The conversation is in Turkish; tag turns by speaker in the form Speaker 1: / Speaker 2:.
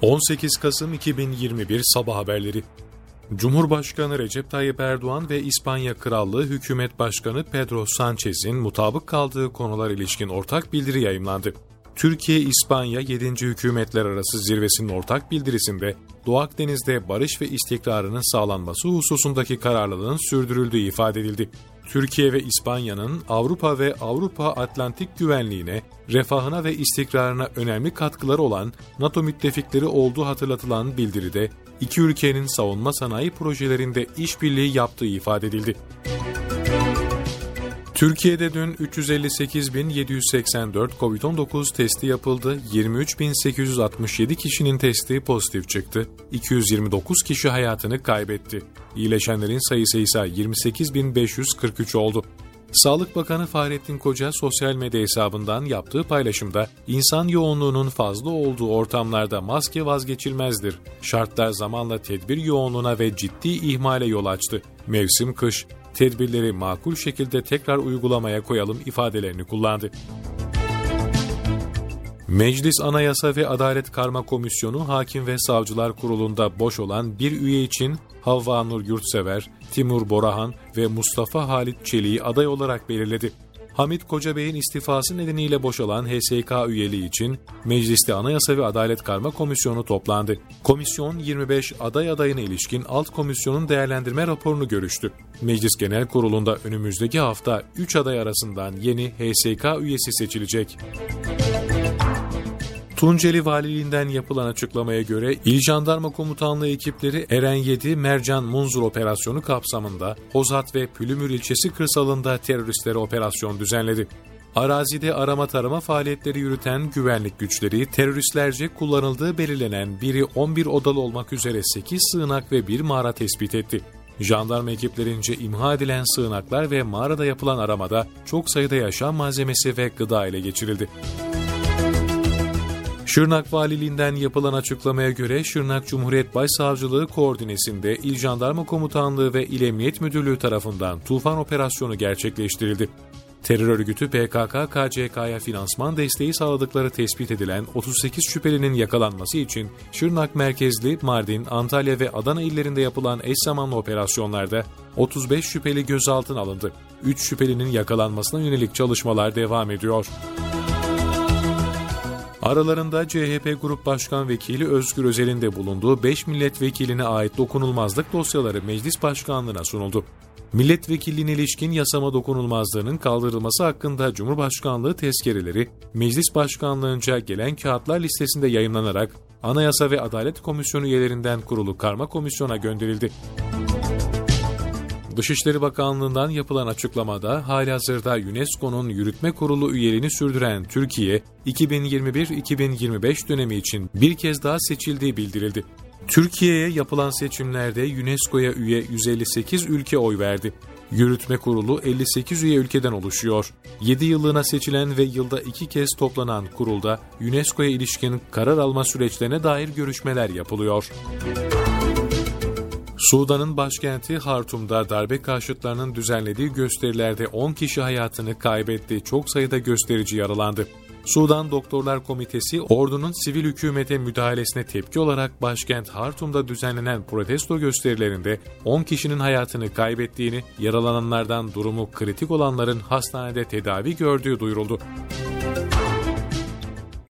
Speaker 1: 18 Kasım 2021 Sabah haberleri. Cumhurbaşkanı Recep Tayyip Erdoğan ve İspanya Krallığı Hükümet Başkanı Pedro Sánchez'in mutabık kaldığı konular ilişkin ortak bildiri yayımlandı. Türkiye-İspanya 7. Hükümetler Arası Zirvesi'nin ortak bildirisinde Doğu Akdeniz'de barış ve istikrarının sağlanması hususundaki kararlılığın sürdürüldüğü ifade edildi. Türkiye ve İspanya'nın Avrupa ve Avrupa Atlantik güvenliğine, refahına ve istikrarına önemli katkıları olan NATO müttefikleri olduğu hatırlatılan bildiride, iki ülkenin savunma sanayi projelerinde işbirliği yaptığı ifade edildi. Türkiye'de dün 358.784 COVID-19 testi yapıldı, 23.867 kişinin testi pozitif çıktı, 229 kişi hayatını kaybetti. İyileşenlerin sayısı ise 28.543 oldu. Sağlık Bakanı Fahrettin Koca sosyal medya hesabından yaptığı paylaşımda, insan yoğunluğunun fazla olduğu ortamlarda maske vazgeçilmezdir. Şartlar zamanla tedbir yoğunluğuna ve ciddi ihmale yol açtı. Mevsim kış, tedbirleri makul şekilde tekrar uygulamaya koyalım ifadelerini kullandı. Meclis Anayasa ve Adalet Karma Komisyonu Hakim ve Savcılar Kurulu'nda boş olan bir üye için Havva Nur Yurtsever, Timur Borahan ve Mustafa Halit Çelik'i aday olarak belirledi. Hamit Kocabey'in istifası nedeniyle boşalan HSK üyeliği için Mecliste Anayasa ve Adalet Karma Komisyonu toplandı. Komisyon 25 adayına ilişkin alt komisyonun değerlendirme raporunu görüştü. Meclis Genel Kurulu'nda önümüzdeki hafta 3 aday arasından yeni HSK üyesi seçilecek. Tunceli Valiliğinden yapılan açıklamaya göre İl Jandarma Komutanlığı ekipleri Eren 7 Mercan Munzur operasyonu kapsamında Hozat ve Pülümür ilçesi kırsalında teröristlere operasyon düzenledi. Arazide arama tarama faaliyetleri yürüten güvenlik güçleri teröristlerce kullanıldığı belirlenen biri 11 odalı olmak üzere 8 sığınak ve bir mağara tespit etti. Jandarma ekiplerince imha edilen sığınaklar ve mağarada yapılan aramada çok sayıda yaşam malzemesi ve gıda ele geçirildi. Şırnak Valiliğinden yapılan açıklamaya göre Şırnak Cumhuriyet Başsavcılığı koordinesinde İl Jandarma Komutanlığı ve İl Emniyet Müdürlüğü tarafından Tufan Operasyonu gerçekleştirildi. Terör örgütü PKK-KCK'ya finansman desteği sağladıkları tespit edilen 38 şüphelinin yakalanması için Şırnak merkezli Mardin, Antalya ve Adana illerinde yapılan eş zamanlı operasyonlarda 35 şüpheli gözaltına alındı. 3 şüphelinin yakalanmasına yönelik çalışmalar devam ediyor. Aralarında CHP Grup Başkan Vekili Özgür Özel'in de bulunduğu 5 milletvekiline ait dokunulmazlık dosyaları Meclis Başkanlığı'na sunuldu. Milletvekilliğine ilişkin yasama dokunulmazlığının kaldırılması hakkında Cumhurbaşkanlığı tezkereleri Meclis Başkanlığı'nca gelen kağıtlar listesinde yayımlanarak Anayasa ve Adalet Komisyonu üyelerinden kurulu karma komisyona gönderildi. Dışişleri Bakanlığı'ndan yapılan açıklamada halihazırda UNESCO'nun yürütme kurulu üyeliğini sürdüren Türkiye, 2021-2025 dönemi için bir kez daha seçildiği bildirildi. Türkiye'ye yapılan seçimlerde UNESCO'ya üye 158 ülke oy verdi. Yürütme kurulu 58 üye ülkeden oluşuyor. 7 yıllığına seçilen ve yılda 2 kez toplanan kurulda UNESCO'ya ilişkin karar alma süreçlerine dair görüşmeler yapılıyor. Sudan'ın başkenti Hartum'da darbe karşıtlarının düzenlediği gösterilerde 10 kişi hayatını kaybetti, çok sayıda gösterici yaralandı. Sudan Doktorlar Komitesi, ordunun sivil hükümete müdahalesine tepki olarak başkent Hartum'da düzenlenen protesto gösterilerinde 10 kişinin hayatını kaybettiğini, yaralananlardan durumu kritik olanların hastanede tedavi gördüğü duyuruldu.